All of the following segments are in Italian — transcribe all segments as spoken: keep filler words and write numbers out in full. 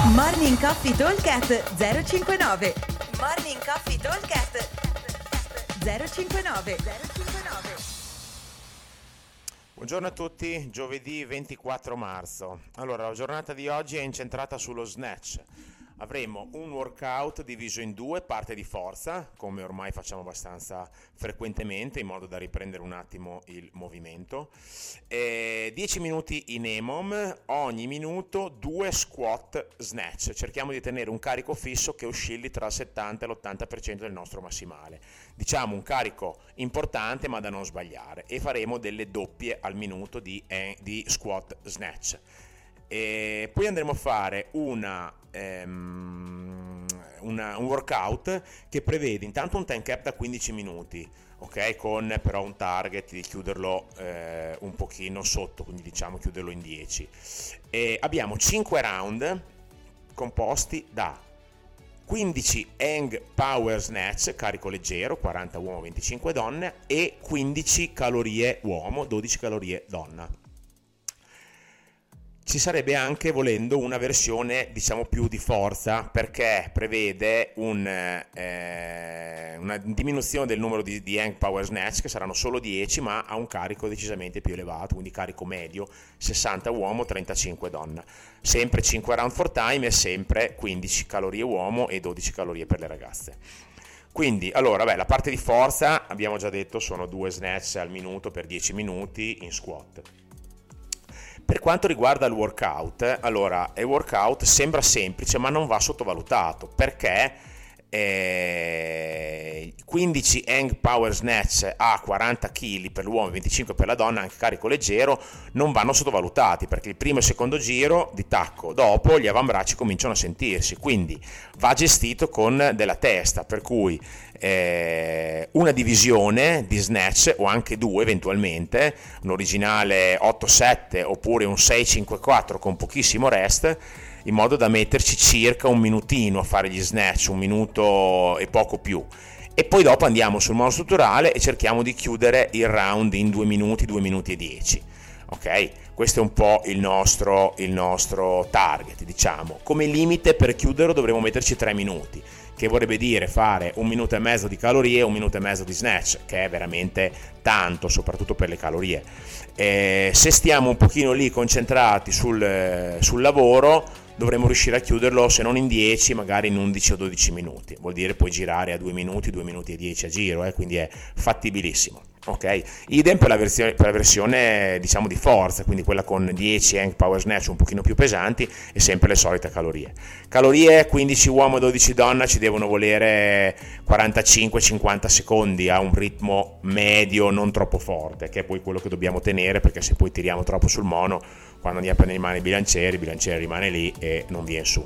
Morning Coffee Talkcast zero cinquantanove. Morning Coffee Talkcast zero cinquantanove. Buongiorno a tutti, giovedì ventiquattro marzo. Allora, la giornata di oggi è incentrata sullo snatch. Avremo un workout diviso in due, parte di forza, come ormai facciamo abbastanza frequentemente, in modo da riprendere un attimo il movimento. E dieci minuti in E M O M, ogni minuto due squat snatch. Cerchiamo di tenere un carico fisso che oscilli tra il settanta e l'ottanta per cento del nostro massimale. Diciamo un carico importante ma da non sbagliare. E faremo delle doppie al minuto di, eh, di squat snatch. E poi andremo a fare una, um, una, un workout che prevede intanto un time cap da quindici minuti, ok? Con però un target di chiuderlo eh, un pochino sotto, quindi diciamo chiuderlo in dieci. E abbiamo cinque round composti da quindici hang power snatch, carico leggero, quaranta uomo, venticinque donne, e quindici calorie uomo, dodici calorie donna. Ci sarebbe anche, volendo, una versione diciamo più di forza, perché prevede un, eh, una diminuzione del numero di, di hang power snatch, che saranno solo dieci, ma a un carico decisamente più elevato, quindi carico medio, sessanta uomo, trentacinque donna. Sempre cinque round for time e sempre quindici calorie uomo e dodici calorie per le ragazze. Quindi, allora, beh, la parte di forza, abbiamo già detto, sono due snatch al minuto per dieci minuti in squat. Per quanto riguarda il workout, allora, il workout sembra semplice ma non va sottovalutato, perché eh, quindici hang power snatch a quaranta chili per l'uomo e venticinque per la donna, anche carico leggero, non vanno sottovalutati, perché il primo e il secondo giro di tacco dopo gli avambracci cominciano a sentirsi, quindi va gestito con della testa, per cui eh, una divisione di snatch, o anche due eventualmente, un originale otto sette oppure un sei cinque quattro con pochissimo rest, in modo da metterci circa un minutino a fare gli snatch, un minuto e poco più, e poi dopo andiamo sul modo strutturale e cerchiamo di chiudere il round in due minuti, due minuti e dieci. Ok? Questo è un po' il nostro, il nostro target, diciamo. Come limite per chiuderlo dovremo metterci tre minuti, che vorrebbe dire fare un minuto e mezzo di calorie e un minuto e mezzo di snatch, che è veramente tanto, soprattutto per le calorie. Eh, se stiamo un pochino lì concentrati sul, sul lavoro, dovremo riuscire a chiuderlo, se non in dieci, magari in undici o dodici minuti. Vuol dire poi girare a due minuti, due minuti e dieci a giro, eh, quindi è fattibilissimo. Ok, idem per la versione, per la versione diciamo di forza, quindi quella con dieci hang power snatch un pochino più pesanti e sempre le solite calorie. Calorie quindici uomo e dodici donna ci devono volere quarantacinque cinquanta secondi a un ritmo medio non troppo forte, che è poi quello che dobbiamo tenere, perché se poi tiriamo troppo sul mono, quando andiamo a prendere in mano i bilancieri, il bilanciere rimane lì e non viene su.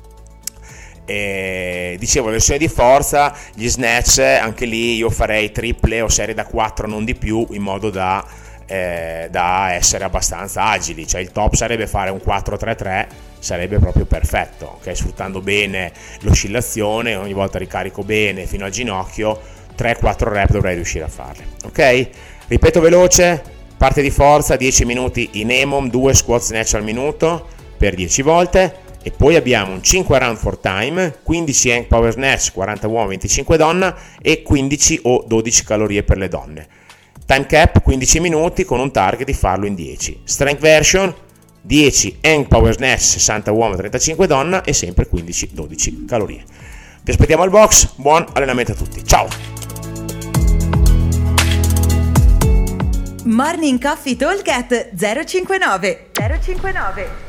E, dicevo, la versione di forza, gli snatch, anche lì io farei triple o serie da quattro, non di più, in modo da, eh, da essere abbastanza agili, cioè il top sarebbe fare un quattro tre tre, sarebbe proprio perfetto, okay? Sfruttando bene l'oscillazione, ogni volta ricarico bene fino al ginocchio, tre quattro rep dovrei riuscire a farle, ok? Ripeto veloce, parte di forza, dieci minuti in E M O M, due squat snatch al minuto per dieci volte. E poi abbiamo un cinque round for time, quindici hang power snatch, quaranta uomo, venticinque donna e quindici o dodici calorie per le donne. Time cap quindici minuti con un target di farlo in dieci. Strength version, dieci hang power snatch, sessanta uomo, trentacinque donna e sempre quindici dodici calorie. Vi aspettiamo al box, buon allenamento a tutti, ciao! Morning Coffee Talkcast zero cinquantanove.